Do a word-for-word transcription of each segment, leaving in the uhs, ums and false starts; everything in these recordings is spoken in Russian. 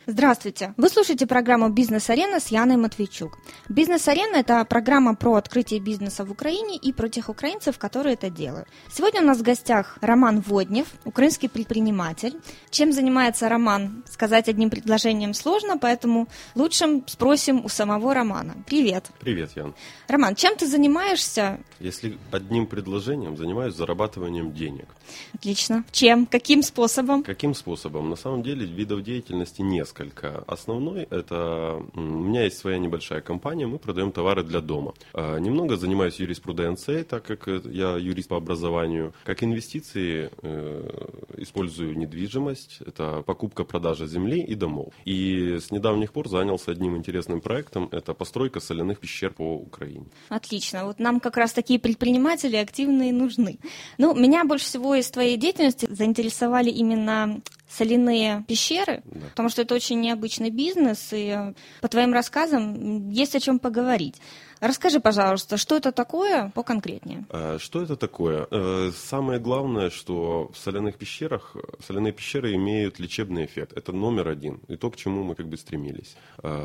Здравствуйте! Вы слушаете программу «Бизнес-арена» с Яной Матвейчук. «Бизнес-арена» – это программа про открытие бизнеса в Украине и про тех украинцев, которые это делают. Сегодня у нас в гостях Роман Воднев, украинский предприниматель. Чем занимается Роман, сказать одним предложением сложно, поэтому лучше спросим у самого Романа. Привет! Привет, Ян. Роман, чем ты занимаешься? Если одним предложением, занимаюсь зарабатыванием денег. Отлично. Чем? Каким способом? Каким способом? На самом деле видов деятельности несколько. Основной – это у меня есть своя небольшая компания, мы продаем товары для дома. Немного занимаюсь юриспруденцией, так как я юрист по образованию. Как инвестиции использую недвижимость, это покупка-продажа земли и домов. И с недавних пор занялся одним интересным проектом – это постройка соляных пещер по Украине. Отлично. Вот нам как раз такие предприниматели активные нужны. Ну, меня больше всего из твоей деятельности заинтересовали именно соляные пещеры, да. Потому что это очень необычный бизнес, и по твоим рассказам есть о чем поговорить. Расскажи, пожалуйста, что это такое поконкретнее? Что это такое? Самое главное, что в соляных пещерах, соляные пещеры имеют лечебный эффект. Это номер один, и то, к чему мы как бы стремились.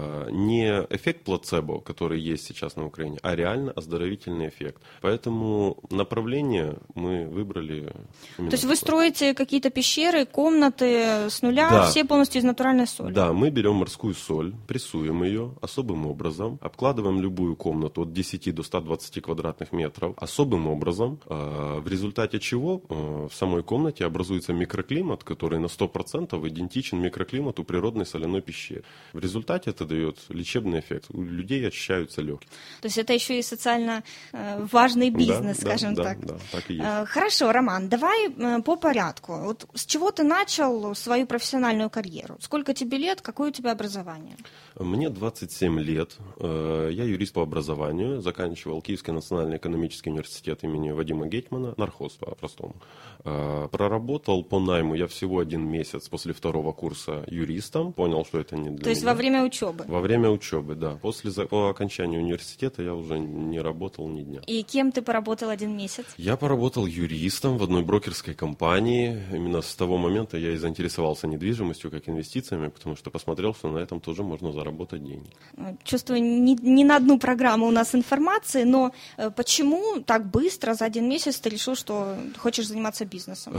Не эффект плацебо, который есть сейчас на Украине, а реально оздоровительный эффект. Поэтому направление мы выбрали. То есть вы строите какие-то пещеры, комнаты с нуля, да. Все полностью из натуральной соли? Да, мы берем морскую соль, прессуем ее особым образом, обкладываем любую комнату от десяти до ста двадцати квадратных метров особым образом, в результате чего в самой комнате образуется микроклимат, который на сто процентов идентичен микроклимату природной соляной пещеры. В результате это дает лечебный эффект. У людей очищаются легкие. То есть это еще и социально важный бизнес, да, скажем да, так. Да, да, так и есть. Хорошо, Роман, давай по порядку. Вот с чего ты начал свою профессиональную карьеру? Сколько тебе лет, какое у тебя образование? Мне двадцать семь лет. Я юрист по образованию. Заканчивал Киевский национальный экономический университет имени Вадима Гетмана, нархоз по-простому. Проработал по найму я всего один месяц после второго курса юристом. Понял, что это не для меня. То есть во время учебы? Во время учебы, да. После по окончанию университета я уже не работал ни дня. И кем ты поработал один месяц? Я поработал юристом в одной брокерской компании. Именно с того момента я и заинтересовался недвижимостью как инвестициями, потому что посмотрел, что на этом тоже можно заработать деньги. Чувствую, не, не на одну программу у нас информации, но почему так быстро, за один месяц ты решил, что хочешь заниматься бизнесом?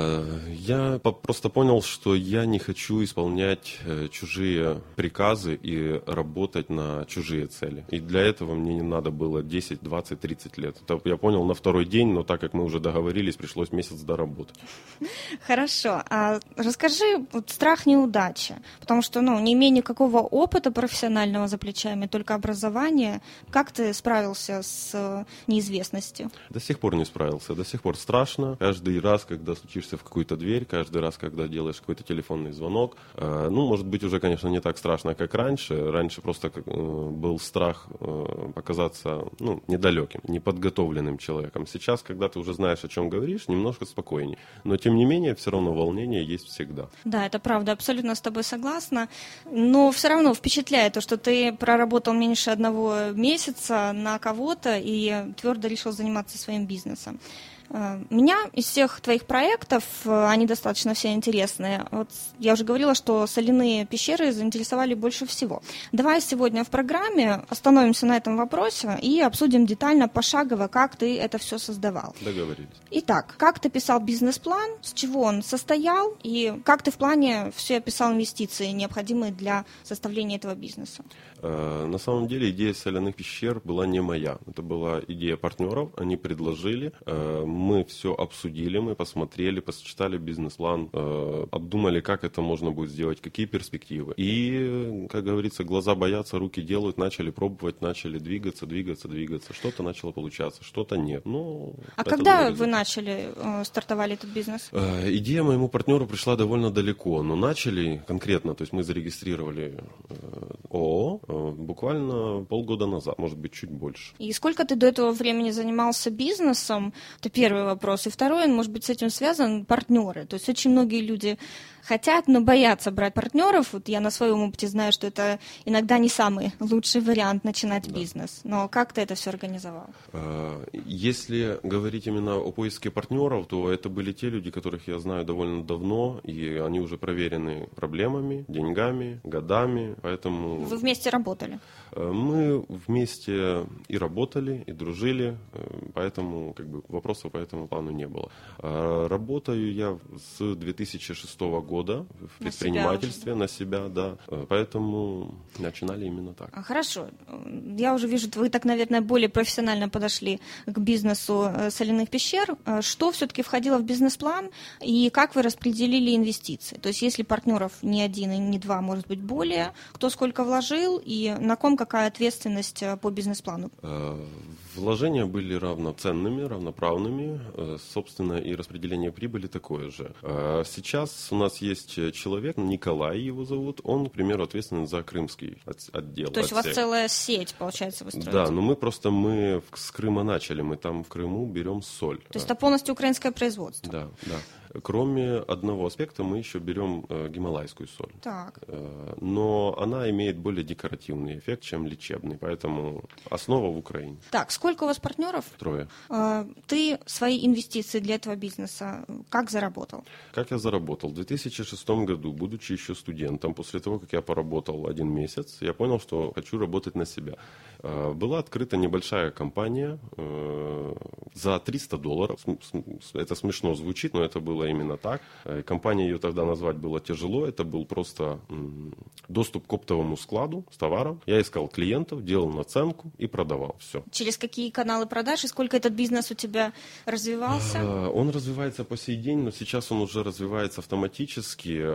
Я просто понял, что я не хочу исполнять чужие приказы и работать на чужие цели. И для этого мне не надо было десять, двадцать, тридцать лет. Это я понял на второй день, но так как мы уже договорились, пришлось месяц доработать. Хорошо. А расскажи, вот страх неудачи, потому что, ну, не имея никакого опыта профессионального за плечами, только образование, как ты справился с неизвестностью? До сих пор не справился. До сих пор страшно. Каждый раз, когда стучишься в какую-то дверь, каждый раз, когда делаешь какой-то телефонный звонок, э, ну, может быть, уже, конечно, не так страшно, как раньше. Раньше просто э, был страх э, показаться, ну, недалеким, неподготовленным человеком. Сейчас, когда ты уже знаешь, о чем говоришь, немножко спокойнее. Но, тем не менее, все равно волнение есть всегда. Да, это правда, абсолютно с тобой согласна. Но все равно впечатляет то, что ты проработал меньше одного месяца на кого-то и твердо решил заниматься своим бизнесом. Меня из всех твоих проектов, они достаточно все интересные. Вот я уже говорила, что соляные пещеры заинтересовали больше всего. Давай сегодня в программе остановимся на этом вопросе и обсудим детально, пошагово, как ты это все создавал. Договорились. Итак, как ты писал бизнес-план, с чего он состоял и как ты в плане все описал инвестиции, необходимые для составления этого бизнеса? На самом деле идея соляных пещер была не моя. Это была идея партнеров, они предложили. Мы все обсудили, мы посмотрели, посчитали бизнес-план, обдумали, как это можно будет сделать, какие перспективы. И, как говорится, глаза боятся, руки делают, начали пробовать, начали двигаться, двигаться, двигаться. Что-то начало получаться, что-то нет. Ну, а когда вы начали, стартовали этот бизнес? Идея моему партнеру пришла довольно далеко, но начали конкретно, то есть мы зарегистрировали ООО буквально полгода назад, может быть, чуть больше. И сколько ты до этого времени занимался бизнесом? Ты первый первый вопрос. И второй, он, может быть, с этим связан, партнеры. То есть очень многие люди хотят, но боятся брать партнеров. Вот я на своем опыте знаю, что это иногда не самый лучший вариант начинать да. бизнес. Но как ты это все организовал? Если говорить именно о поиске партнеров, то это были те люди, которых я знаю довольно давно, и они уже проверены проблемами, деньгами, годами, поэтому... Вы вместе работали? Мы вместе и работали, и дружили, поэтому как бы, вопросов по этому плану не было. Работаю я с две тысячи шестого года в предпринимательстве на себя, да, поэтому начинали именно так. Хорошо. Я уже вижу, вы так, наверное, более профессионально подошли к бизнесу соляных пещер. Что все-таки входило в бизнес-план и как вы распределили инвестиции? То есть если партнеров не один и не два, может быть, более, кто сколько вложил и на ком какая ответственность по бизнес-плану? Вложения были равноценными, равноправными, собственно, и распределение прибыли такое же. Сейчас у нас есть человек, Николай его зовут, он, к примеру, ответственен за крымский отдел. То есть у вас целая сеть, получается, вы строите? Да, но мы просто мы с Крыма начали, мы там в Крыму берем соль. То есть это полностью украинское производство? Да, да. Кроме одного аспекта, мы еще берем э, гималайскую соль. Так. Э, но она имеет более декоративный эффект, чем лечебный, поэтому основа в Украине. Так, сколько у вас партнеров? Трое. Э, ты свои инвестиции для этого бизнеса как заработал? Как я заработал? В две тысячи шестом году, будучи еще студентом, после того, как я поработал один месяц, я понял, что хочу работать на себя. Э, была открыта небольшая компания э, за триста долларов. Это смешно звучит, но это было именно так. Компания ее тогда назвать было тяжело. Это был просто доступ к оптовому складу с товаром. Я искал клиентов, делал наценку и продавал. Все. Через какие каналы продаж и сколько этот бизнес у тебя развивался? Он развивается по сей день, но сейчас он уже развивается автоматически.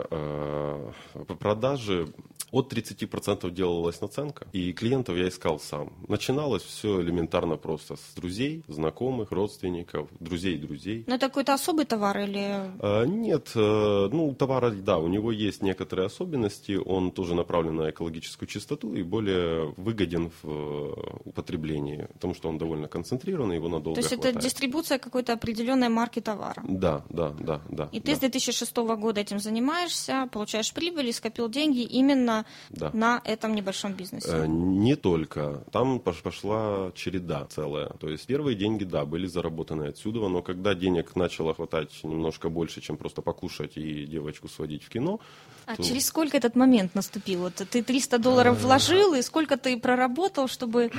По продаже от тридцати процентов делалась наценка, и клиентов я искал сам. Начиналось все элементарно просто с друзей, знакомых, родственников, друзей друзей. Но это какой-то особый товар или... Нет, ну, товар, да, у него есть некоторые особенности, он тоже направлен на экологическую чистоту и более выгоден в употреблении, потому что он довольно концентрированный, его надолго То есть хватает. это дистрибуция какой-то определенной марки товара? Да, да, да, да. И да. ты с две тысячи шестого года этим занимаешься, получаешь прибыль и скопил деньги именно да. на этом небольшом бизнесе? Не только. Там пошла череда целая. То есть первые деньги, да, были заработаны отсюда, но когда денег начало хватать немножко больше, чем просто покушать и девочку сводить в кино. А то... через сколько этот момент наступил? Вот ты триста долларов вложил, и сколько ты проработал, чтобы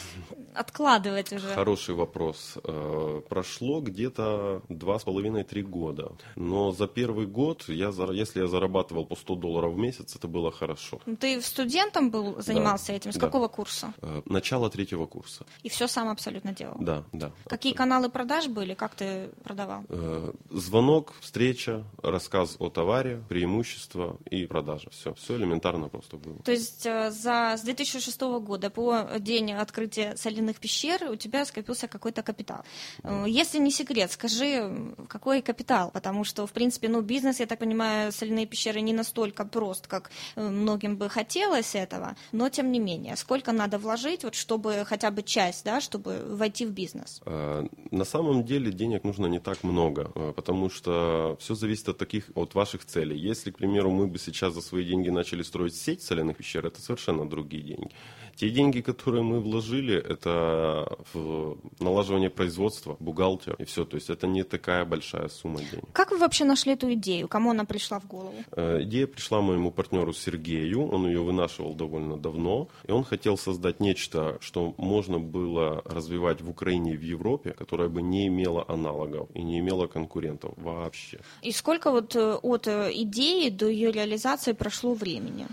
откладывать уже? Хороший вопрос. Прошло где-то два с половиной-три года. Но за первый год, я, если я зарабатывал по сто долларов в месяц, это было хорошо. Ты студентом был, занимался да, этим? С да. какого курса? Начало третьего курса. И все сам абсолютно делал? Да, да. Какие абсолютно. каналы продаж были? Как ты продавал? Звонок, встреча, рассказ о товаре, преимущества и продажа. Все, все элементарно просто было. То есть за, с две тысячи шестого года по день открытия соляных пещер у тебя скопился какой-то капитал. Да. Если не секрет, скажи, какой капитал? Потому что, в принципе, ну, бизнес, я так понимаю, соляные пещеры не настолько прост, как многим бы хотелось этого, но тем не менее, сколько надо вложить, вот, чтобы хотя бы часть, да, чтобы войти в бизнес? На самом деле денег нужно не так много, потому что все зависит от таких, от ваших целей. Если, к примеру, мы бы сейчас за свои деньги начали строить сеть соляных пещер, это совершенно другие деньги. Те деньги, которые мы вложили, это в налаживание производства, бухгалтер и все. То есть это не такая большая сумма денег. Как вы вообще нашли эту идею? Кому она пришла в голову? Идея пришла моему партнеру Сергею. Он ее вынашивал довольно давно. И он хотел создать нечто, что можно было развивать в Украине и в Европе, которое бы не имело аналогов и не имело конкурентов вообще. И сколько вот от идеи до ее реализации прошло времени?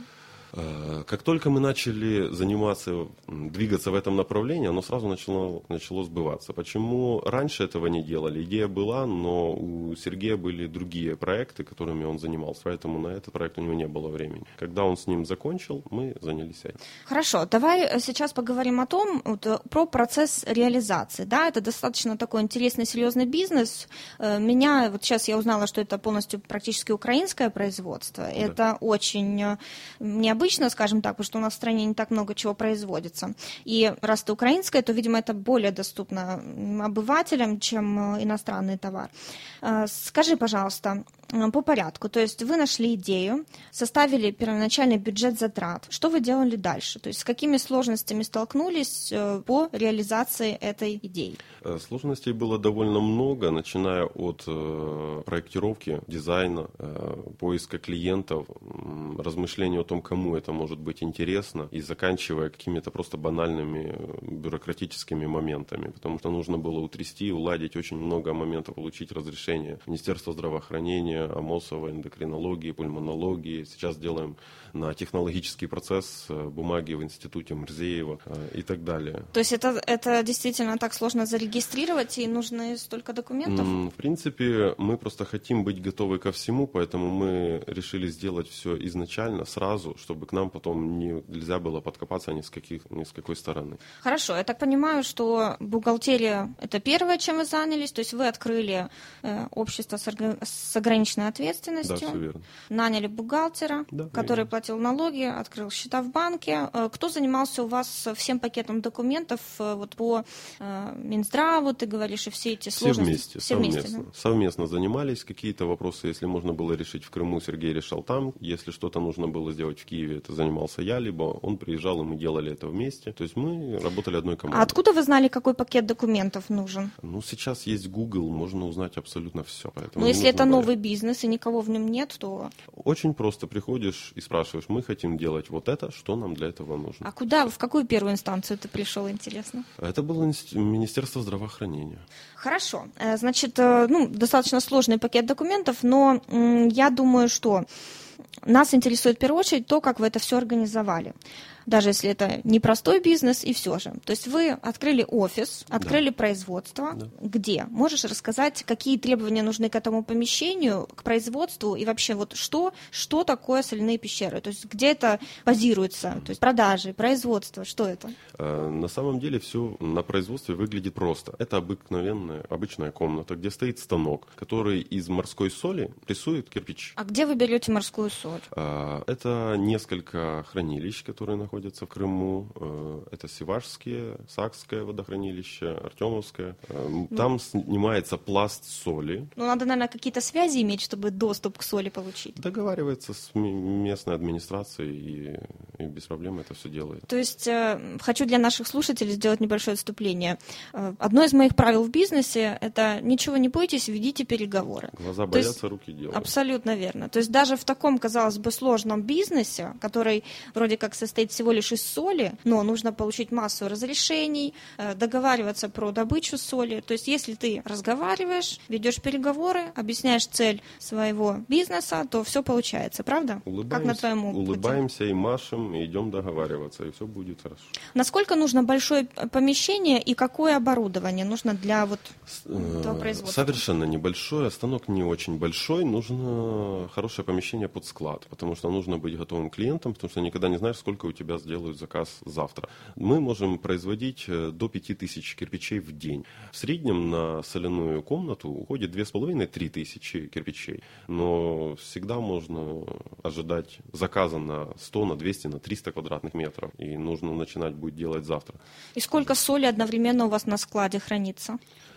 Как только мы начали заниматься, двигаться в этом направлении, оно сразу начало, начало сбываться. Почему раньше этого не делали? Идея была, но у Сергея были другие проекты, которыми он занимался, поэтому на этот проект у него не было времени. Когда он с ним закончил, мы занялись этим. Хорошо, давай сейчас поговорим о том, вот, про процесс реализации. Да, это достаточно такой интересный, серьезный бизнес. Меня, вот сейчас я узнала, что это полностью практически украинское производство. Да. Это очень необычно. необычно, скажем так, потому что у нас в стране не так много чего производится. И раз ты украинская, то, видимо, это более доступно обывателям, чем иностранный товар. Скажи, пожалуйста, по порядку. То есть вы нашли идею, составили первоначальный бюджет затрат. Что вы делали дальше? То есть с какими сложностями столкнулись по реализации этой идеи? Сложностей было довольно много, начиная от проектировки, дизайна, поиска клиентов, размышления о том, кому это может быть интересно, и заканчивая какими-то просто банальными бюрократическими моментами, потому что нужно было утрясти, уладить очень много моментов, получить разрешение Министерства здравоохранения, АМОСова, эндокринологии, пульмонологии. Сейчас делаем на технологический процесс бумаги в институте Мрзеева и так далее. То есть это, это действительно так сложно зарегистрировать, и нужны столько документов? В принципе, мы просто хотим быть готовы ко всему, поэтому мы решили сделать все изначально, сразу, чтобы к нам потом не, нельзя было подкопаться ни с, каких, ни с какой стороны. Хорошо, я так понимаю, что бухгалтерия – это первое, чем вы занялись, то есть вы открыли э, общество с, орга... с ограниченной ответственностью, да, все верно. Наняли бухгалтера, да, который верно. платил налоги, открыл счета в банке. Кто занимался у вас всем пакетом документов вот по э, Минздраву, ты говоришь, и все эти сложности? Все вместе, все совместно. вместе, да? Совместно занимались. Какие-то вопросы, если можно было решить в Крыму, Сергей решал там. Если что-то нужно было сделать в Киеве, это занимался я, либо он приезжал, и мы делали это вместе. То есть мы работали одной командой. А откуда вы знали, какой пакет документов нужен? Ну, сейчас есть Google, можно узнать абсолютно все. Но если это новый бизнес и никого в нем нет, то... Очень просто приходишь и спрашиваешь, мы хотим делать вот это, что нам для этого нужно. А куда, в какую первую инстанцию ты пришел, интересно? Это было Министерство здравоохранения. Хорошо. Значит, ну, достаточно сложный пакет документов, но я думаю, что нас интересует в первую очередь то, как вы это все организовали. Даже если это непростой бизнес, и все же. То есть вы открыли офис, открыли да. производство. Да. Где? Можешь рассказать, какие требования нужны к этому помещению, к производству, и вообще вот что, что такое соляные пещеры? То есть где это базируется? То есть продажи, производство, что это? На самом деле все на производстве выглядит просто. Это обыкновенная, обычная комната, где стоит станок, который из морской соли прессует кирпич. А где вы берете морскую соль? Это несколько хранилищ, которые находятся в Крыму. Это Севашские, Сакское водохранилище, Артемовское. Там ну, снимается пласт соли. Ну, надо, наверное, какие-то связи иметь, чтобы доступ к соли получить. Договаривается с местной администрацией, и, и без проблем это все делает. То есть, э, хочу для наших слушателей сделать небольшое отступление. Одно из моих правил в бизнесе – это ничего не бойтесь, ведите переговоры. Глаза боятся, руки делают. Абсолютно верно. То есть, даже в таком, казалось бы, сложном бизнесе, который вроде как состоит всего лишь из соли, но нужно получить массу разрешений, договариваться про добычу соли. То есть, если ты разговариваешь, ведешь переговоры, объясняешь цель своего бизнеса, то все получается, правда? Улыбаемся, как на твоем опыте? Улыбаемся и машем, и идем договариваться, и все будет хорошо. Насколько нужно большое помещение и какое оборудование нужно для вот этого производства? Совершенно небольшое, станок не очень большой, нужно хорошее помещение под склад, потому что нужно быть готовым клиентам, потому что никогда не знаешь, сколько у тебя сделают заказ завтра. Мы можем производить до пяти тысяч кирпичей в день. В среднем на соляную комнату уходит две с половиной - три тысячи кирпичей, но всегда можно ожидать заказа на сто, на двести, на триста квадратных метров, и нужно начинать будет делать завтра. И сколько соли одновременно у вас на складе хранится?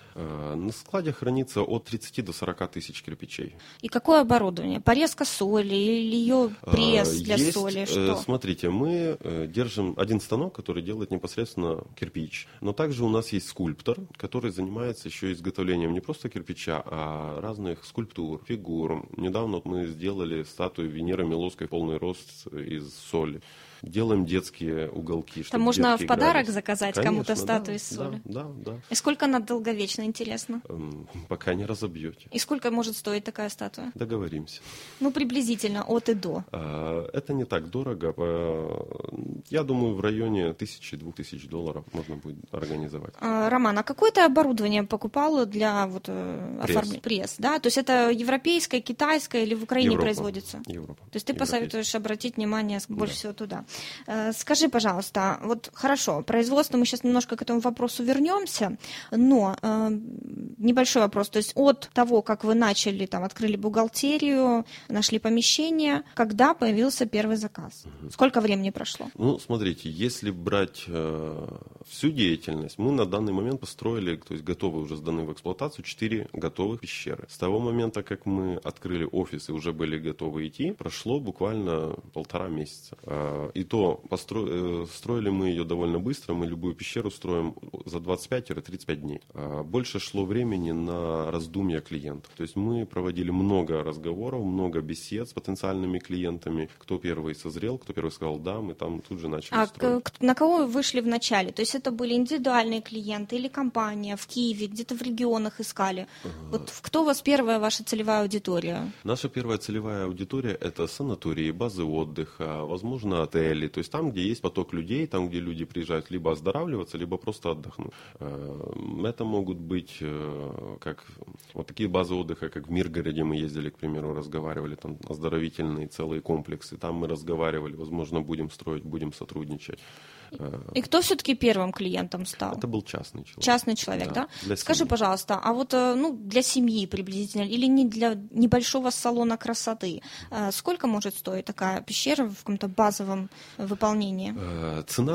На складе хранится от тридцати до сорока тысяч кирпичей. И какое оборудование? Порезка соли или ее пресс для Есть, соли? Что? Смотрите, мы держим один станок, который делает непосредственно кирпич. Но также у нас есть скульптор, который занимается еще изготовлением не просто кирпича, а разных скульптур, фигур. Недавно мы сделали статую Венеры Милосской полный рост из соли. Делаем детские уголки. Там можно в подарок игрались. заказать Конечно, кому-то статую да, из соли? Да, да, да. И сколько она долговечна, интересно? Эм, пока не разобьете. И сколько может стоить такая статуя? Договоримся. Ну, приблизительно, от и до. Это не так дорого. Я думаю, в районе тысячи-двух тысяч долларов можно будет организовать. А, Роман, а какое ты оборудование покупал для вот, оформления? Пресс, да? То есть это европейское, китайское или в Украине Европа. производится? Европа. То есть ты посоветуешь обратить внимание больше да. всего туда. Скажи, пожалуйста, вот хорошо, производство, мы сейчас немножко к этому вопросу вернемся, но э, небольшой вопрос, то есть от того, как вы начали, там, открыли бухгалтерию, нашли помещение, когда появился первый заказ? Угу. Сколько времени прошло? Ну, смотрите, если брать э, всю деятельность, мы на данный момент построили, то есть готовы уже сданы в эксплуатацию четыре готовых пещеры. С того момента, как мы открыли офис и уже были готовы идти, прошло буквально полтора месяца. Э, и то постро... э, строили мы ее довольно быстро, мы любую пещеру строим за двадцать пять - тридцать пять дней. Э, больше шло времени на раздумья клиентов. То есть мы проводили много разговоров, много бесед с потенциальными клиентами. Кто первый созрел, кто первый сказал «да», мы там тут же начали а строить. А на кого вы вышли в начале? То есть это были индивидуальные клиенты или компания в Киеве, где-то в регионах искали? Ага. Вот кто у вас первая ваша целевая аудитория? Наша первая целевая аудитория – это санатории, базы отдыха, возможно, отели. То есть там, где есть поток людей, там, где люди приезжают либо оздоравливаться, либо просто отдохнуть. Это могут быть как вот такие базы отдыха, как в Миргороде мы ездили, к примеру, разговаривали, там оздоровительные целые комплексы. Там мы разговаривали, возможно, будем строить, будем сотрудничать. И кто все-таки первым клиентом стал? Это был частный человек. Частный человек, да? да? Скажи, семьи. пожалуйста, а вот ну, для семьи приблизительно или не для небольшого салона красоты, сколько может стоить такая пещера в каком-то базовом выполнении? Цена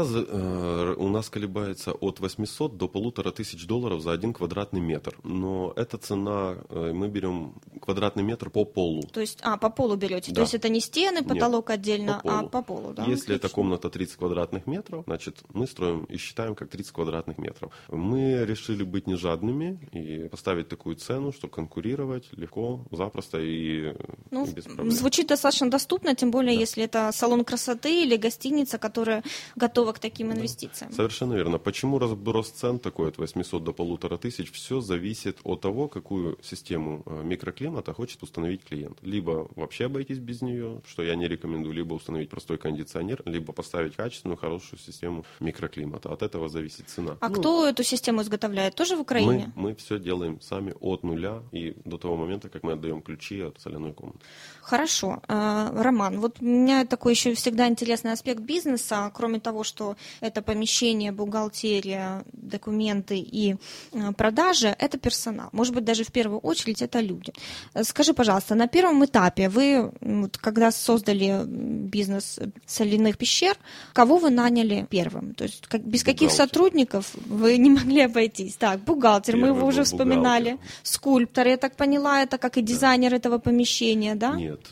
у нас колебается от восьмисот до полутора тысяч долларов за один квадратный метр. Но эта цена, мы берем квадратный метр по полу. То есть, а, по полу берете? Да. То есть это не стены, потолок Нет, отдельно, по а по полу, да? Если Отлично. это комната тридцать квадратных метров, значит, мы строим и считаем как тридцать квадратных метров. Мы решили быть не жадными и поставить такую цену, что конкурировать легко, запросто и, ну, и без проблем. Звучит достаточно доступно, тем более, да. если это салон красоты или гостиница, которая готова к таким инвестициям. Да. Совершенно верно. Почему разброс цен такой от восьмисот до полутора тысяч? Все зависит от того, какую систему микроклимата хочет установить клиент. Либо вообще обойтись без нее, что я не рекомендую, либо установить простой кондиционер, либо поставить качественную, хорошую систему микроклимата. От этого зависит цена. А ну, кто эту систему изготовляет? Тоже в Украине? Мы, мы все делаем сами от нуля и до того момента, как мы отдаем ключи от соляной комнаты. Хорошо. Роман, вот у меня такой еще всегда интересный аспект бизнеса, кроме того, что это помещение, бухгалтерия, документы и продажи, это персонал. Может быть, даже в первую очередь это люди. Скажи, пожалуйста, на первом этапе вы, когда создали бизнес соляных пещер, кого вы наняли первым? То есть как, без каких сотрудников вы не могли обойтись? Так, бухгалтер, Первый мы его уже вспоминали. Бухгалтер. Скульптор, я так поняла, это как и дизайнер да. этого помещения, да? Нет,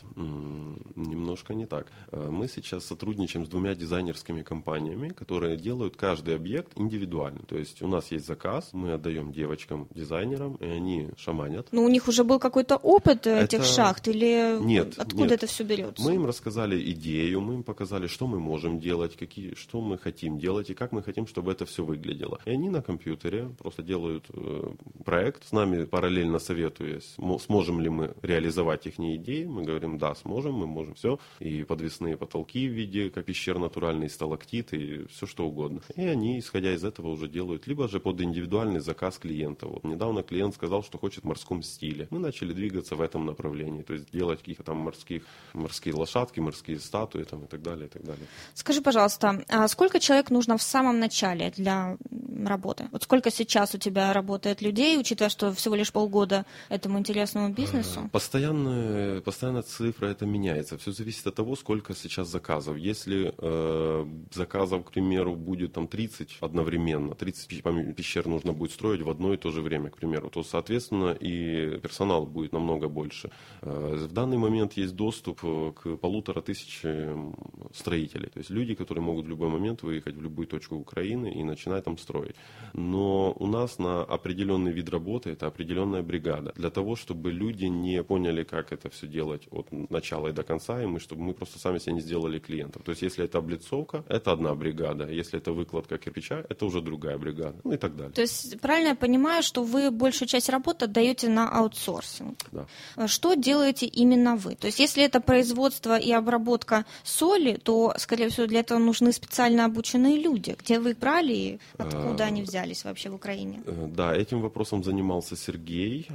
немножко не так. Мы сейчас сотрудничаем с двумя дизайнерскими компаниями, которые делают каждый объект индивидуально. То есть у нас есть заказ, мы отдаем девочкам-дизайнерам, и они шаманят. Но у них уже был какой-то опыт это... этих шахт? Или нет, откуда нет. это все берется? Мы им рассказали идею, мы им показали, что мы можем делать, какие, что мы хотим делать и как мы хотим, чтобы это все выглядело. И они на компьютере просто делают э, проект, с нами параллельно советуясь, сможем ли мы реализовать их идеи. Мы говорим, да, сможем, мы можем все. И подвесные потолки в виде, как пещер натуральные, сталактиты, и все что угодно. И они, исходя из этого, уже делают, либо же под индивидуальный заказ клиента. Вот недавно клиент сказал, что хочет в морском стиле. Мы начали двигаться в этом направлении, то есть делать каких-то там морских, морские лошадки, морские статуи там, и так далее, и так далее. Скажи, пожалуйста, а сколько человек нужно в самом начале для работы? Вот сколько сейчас у тебя работает людей, учитывая, что всего лишь полгода этому интересному бизнесу? Постоянно, постоянно цифра это меняется. Все зависит от того, сколько сейчас заказов. Если э, заказов, к примеру, будет там тридцать одновременно, тридцать пещер нужно будет строить в одно и то же время, к примеру, то, соответственно, и персонал будет намного больше. Э, в данный момент есть доступ к полутора тысячам строителей. То есть люди, которые могут в любой момент выехать в любую точку Украины и начинать там строить. строить. Но у нас на определенный вид работы это определенная бригада. Для того, чтобы люди не поняли, как это все делать от начала и до конца, и мы, чтобы мы просто сами себе не сделали клиентов. То есть, если это облицовка, это одна бригада. Если это выкладка кирпича, это уже другая бригада. Ну и так далее. То есть, правильно я понимаю, что вы большую часть работы отдаете на аутсорсинг? Да. Что делаете именно вы? То есть, если это производство и обработка соли, то, скорее всего, для этого нужны специально обученные люди. Где вы их брали и откуда они взялись вообще в Украине? Да, этим вопросом занимался Сергей,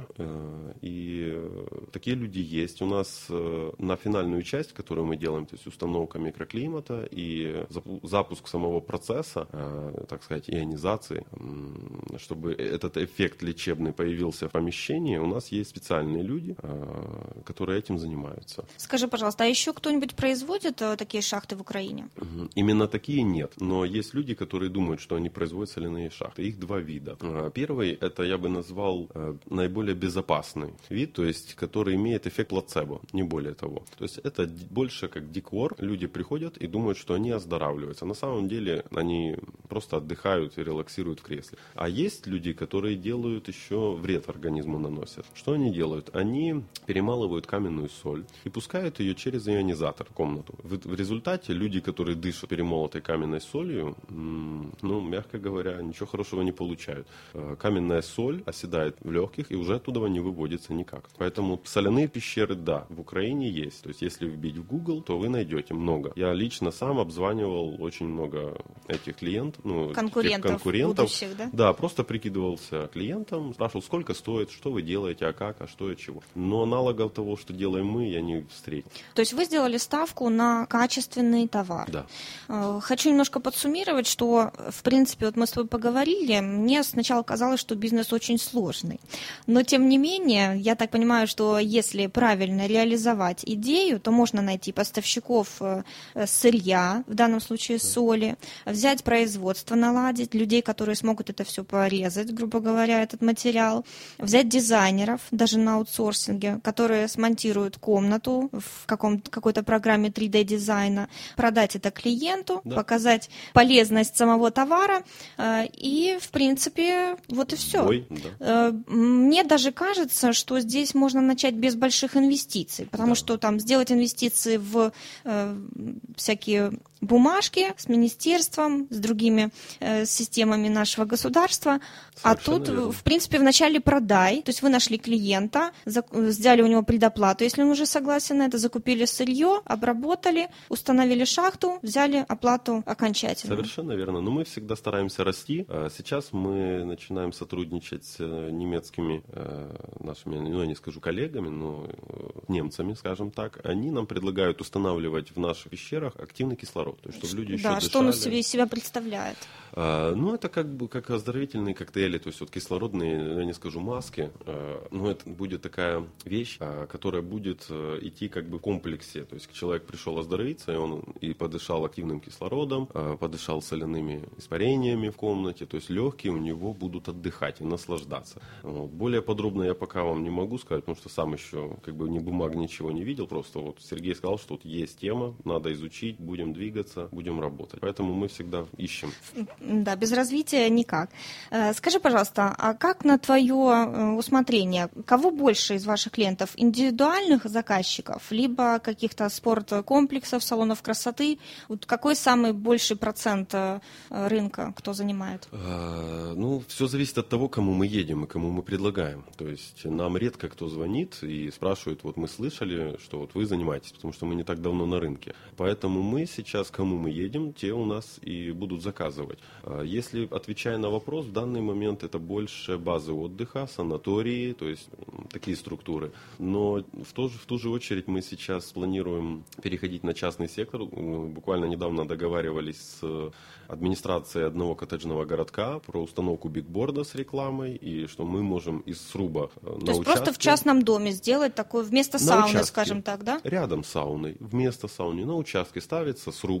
и такие люди есть. У нас на финальную часть, которую мы делаем, то есть установка микроклимата и запуск самого процесса, так сказать, ионизации, чтобы этот эффект лечебный появился в помещении, у нас есть специальные люди, которые этим занимаются. Скажи, пожалуйста, а еще кто-нибудь производит такие шахты в Украине? Именно такие нет, но есть люди, которые думают, что они производят соляные шахты. Их два вида. Первый, это я бы назвал наиболее безопасный вид, то есть который имеет эффект плацебо, не более того. То есть это больше как декор. Люди приходят и думают, что они оздоравливаются. На самом деле они просто отдыхают и релаксируют в кресле. А есть люди, которые делают еще вред организму наносят. Что они делают? Они перемалывают каменную соль и пускают ее через ионизатор в комнату. В, в результате люди, которые дышат перемолотой каменной солью, ну, мягко говоря, ничего хорошего не получают. Каменная соль оседает в легких и уже оттуда не выводится никак. Поэтому соляные пещеры, да, в Украине есть. То есть, если вбить в Google, то вы найдете много. Я лично сам обзванивал очень много этих клиентов, ну, конкурентов, конкурентов. Будущих, да? Да, просто прикидывался клиентам, спрашивал, сколько стоит, что вы делаете, а как, а что и чего. Но аналогов того, что делаем мы, я не встретил. То есть вы сделали ставку на качественный товар. Да. Хочу немножко подсуммировать, что, в принципе, вот мы с тобой поговорили, мне сначала казалось, что бизнес очень сложный. Но, тем не менее, я так понимаю, что если правильно реализовать идею, то можно найти поставщиков сырья, в данном случае соли, взять производство, наладить, людей, которые смогут это все порезать, грубо говоря, этот материал, взять дизайнеров, даже на аутсорсинге, которые смонтируют комнату в каком-то, какой-то программе три дэ дизайна, продать это клиенту, да. Показать полезность самого товара и, в принципе, вот и все. Ой, да. Мне даже кажется, что здесь можно начать без больших инвестиций, потому да. что там сделать инвестиции в э, всякие бумажки с министерством, с другими э, системами нашего государства. Совершенно а тут, верно. В принципе, вначале продай, то есть вы нашли клиента, за, взяли у него предоплату, если он уже согласен на это, закупили сырье, обработали, установили шахту, взяли оплату окончательно. Совершенно верно. Но мы всегда стараемся расти. Сейчас мы начинаем сотрудничать с немецкими э, нашими, ну, я не скажу коллегами, но немцами, скажем так. Они нам предлагают устанавливать в наших пещерах активный кислород. То есть, чтобы люди еще да, дышали. Что он себе, из себя представляет? А, ну, это как бы как оздоровительные коктейли, то есть вот кислородные, я не скажу маски, а, но это будет такая вещь, а, которая будет а, идти как бы в комплексе. То есть человек пришел оздоровиться, и он и подышал активным кислородом, а, подышал соляными испарениями в комнате, то есть легкие у него будут отдыхать и наслаждаться. Вот. Более подробно я пока вам не могу сказать, потому что сам еще как бы ни бумаг, ничего не видел, просто вот Сергей сказал, что вот есть тема, надо изучить, будем двигаться, будем работать. Поэтому мы всегда ищем. Да, без развития никак. Скажи, пожалуйста, а как на твое усмотрение, кого больше из ваших клиентов? Индивидуальных заказчиков, либо каких-то спорткомплексов, салонов красоты? Вот какой самый больший процент рынка, кто занимает? А, ну, все зависит от того, кому мы едем и кому мы предлагаем. То есть нам редко кто звонит и спрашивает, вот мы слышали, что вот вы занимаетесь, потому что мы не так давно на рынке. Поэтому мы сейчас, кому мы едем, те у нас и будут заказывать. Если, отвечая на вопрос, в данный момент это больше базы отдыха, санатории, то есть такие структуры. Но в ту же, в ту же очередь мы сейчас планируем переходить на частный сектор. Буквально недавно договаривались с администрацией одного коттеджного городка про установку бигборда с рекламой, и что мы можем из сруба то на есть участке... просто в частном доме сделать такое вместо на сауны, участке, скажем так, да? Рядом с сауной, вместо сауны на участке ставится сруб,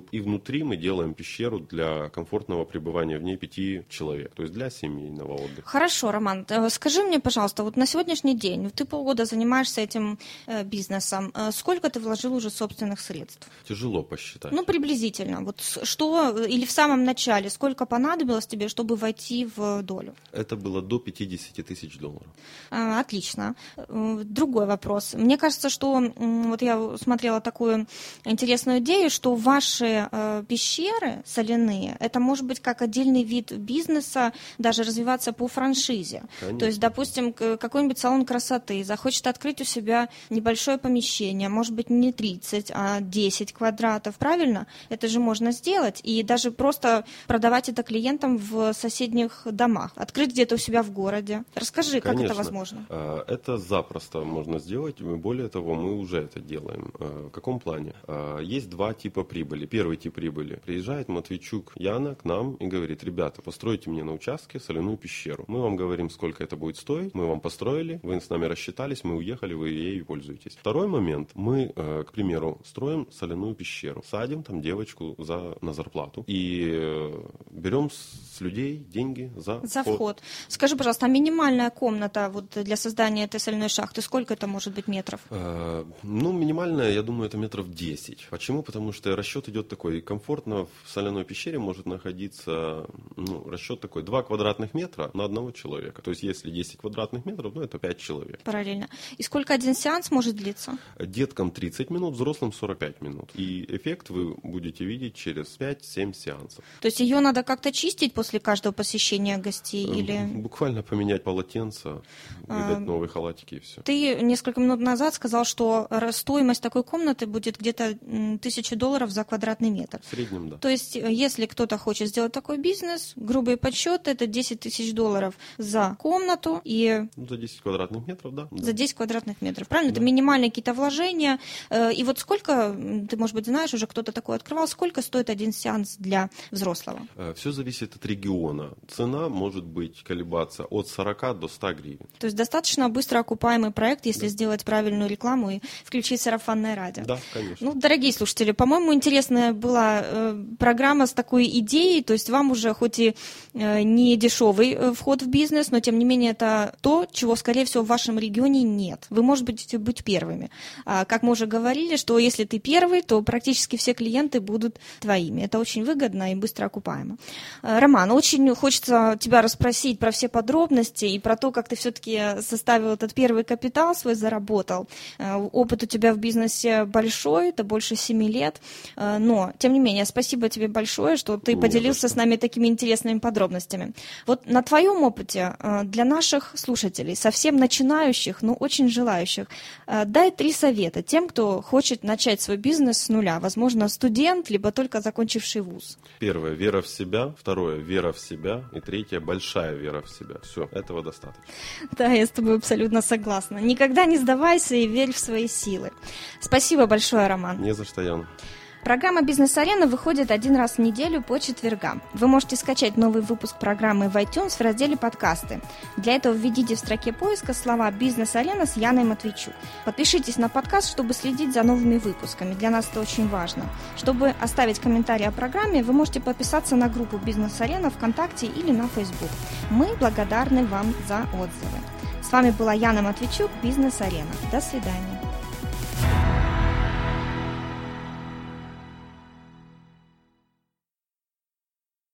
групп. И внутри мы делаем пещеру для комфортного пребывания в ней пяти человек, то есть для семейного отдыха. Хорошо, Роман, скажи мне, пожалуйста, вот на сегодняшний день ты полгода занимаешься этим бизнесом. Сколько ты вложил уже собственных средств? Тяжело посчитать. Ну, приблизительно. Вот что, или в самом начале, сколько понадобилось тебе, чтобы войти в долю? Это было до пятьдесят тысяч долларов. А, отлично. Другой вопрос. Мне кажется, что вот я смотрела такую интересную идею, что ваши э, пещеры соляные, это может быть как отдельный вид бизнеса, даже развиваться по франшизе. Конечно. То есть, допустим, какой-нибудь салон красоты захочет открыть у себя небольшое помещение, может быть, не тридцать, а десять квадратов, правильно? Это же можно сделать, и даже просто продавать это клиентам в соседних домах, открыть где-то у себя в городе. Расскажи, Конечно. как это возможно? Это запросто можно сделать, более того, мы уже это делаем. В каком плане? Есть два типа прибыли. Первый тип прибыли. Приезжает Матвейчук Яна к нам и говорит: ребята, постройте мне на участке соляную пещеру. Мы вам говорим, сколько это будет стоить, мы вам построили, вы с нами рассчитались, мы уехали, вы ею пользуетесь. Второй момент. Мы, к примеру, строим соляную пещеру, садим там девочку за, на зарплату и берем с людей деньги за, за вход. вход. Скажи, пожалуйста, а минимальная комната вот для создания этой соляной шахты, сколько это может быть метров? А, ну, минимальная, я думаю, это метров десять. Почему? Потому что расчет идет такой. Комфортно в соляной пещере может находиться, ну, расчет такой, два квадратных метра на одного человека. То есть, если десять квадратных метров, ну, это пять человек. Параллельно. И сколько один сеанс может длиться? Деткам тридцать минут, взрослым сорок пять минут. И эффект вы будете видеть через пять-семь сеансов. То есть, ее надо как-то чистить после каждого посещения гостей? Или... Буквально поменять полотенце, выдать а... новые халатики и все. Ты несколько минут назад сказал, что стоимость такой комнаты будет где-то тысяча долларов за квадратный метр. В среднем, да. То есть, если кто-то хочет сделать такой бизнес, грубые подсчеты, это десять тысяч долларов за комнату и... Ну, за десять квадратных метров, да. За десять квадратных метров, правильно? Да. Это минимальные какие-то вложения. И вот сколько, ты, может быть, знаешь, уже кто-то такой открывал, сколько стоит один сеанс для взрослого? Все зависит от региона. Цена может быть колебаться от сорока до ста гривен. То есть достаточно быстро окупаемый проект, если да. сделать правильную рекламу и включить сарафанное радио. Да, конечно. Ну, дорогие слушатели, по-моему, интересная была э, программа с такой идеей, то есть вам уже хоть и э, не дешевый э, вход в бизнес, но тем не менее это то, чего, скорее всего, в вашем регионе нет. Вы можете быть первыми. А, как мы уже говорили, что если ты первый, то практически все клиенты будут твоими. Это очень выгодно и быстро окупаемо. А, Роман, очень хочется тебя расспросить про все подробности и про то, как ты все-таки составил этот первый капитал свой, заработал. А, опыт у тебя в бизнесе большой, это больше семи лет, а, но, тем не менее, спасибо тебе большое, что ты Мне поделился большое. с нами такими интересными подробностями. Вот на твоем опыте для наших слушателей, совсем начинающих, но очень желающих, дай три совета тем, кто хочет начать свой бизнес с нуля. Возможно, студент, либо только закончивший вуз. Первое – вера в себя. Второе – вера в себя. И третье – большая вера в себя. Все, этого достаточно. Да, я с тобой абсолютно согласна. Никогда не сдавайся и верь в свои силы. Спасибо большое, Роман. Не за что, Яна. Программа «Бизнес-арена» выходит один раз в неделю по четвергам. Вы можете скачать новый выпуск программы в iTunes в разделе «Подкасты». Для этого введите в строке поиска слова «Бизнес-арена» с Яной Матвейчук. Подпишитесь на подкаст, чтобы следить за новыми выпусками. Для нас это очень важно. Чтобы оставить комментарий о программе, вы можете подписаться на группу «Бизнес-арена» ВКонтакте или на Facebook. Мы благодарны вам за отзывы. С вами была Яна Матвейчук, «Бизнес-арена». До свидания.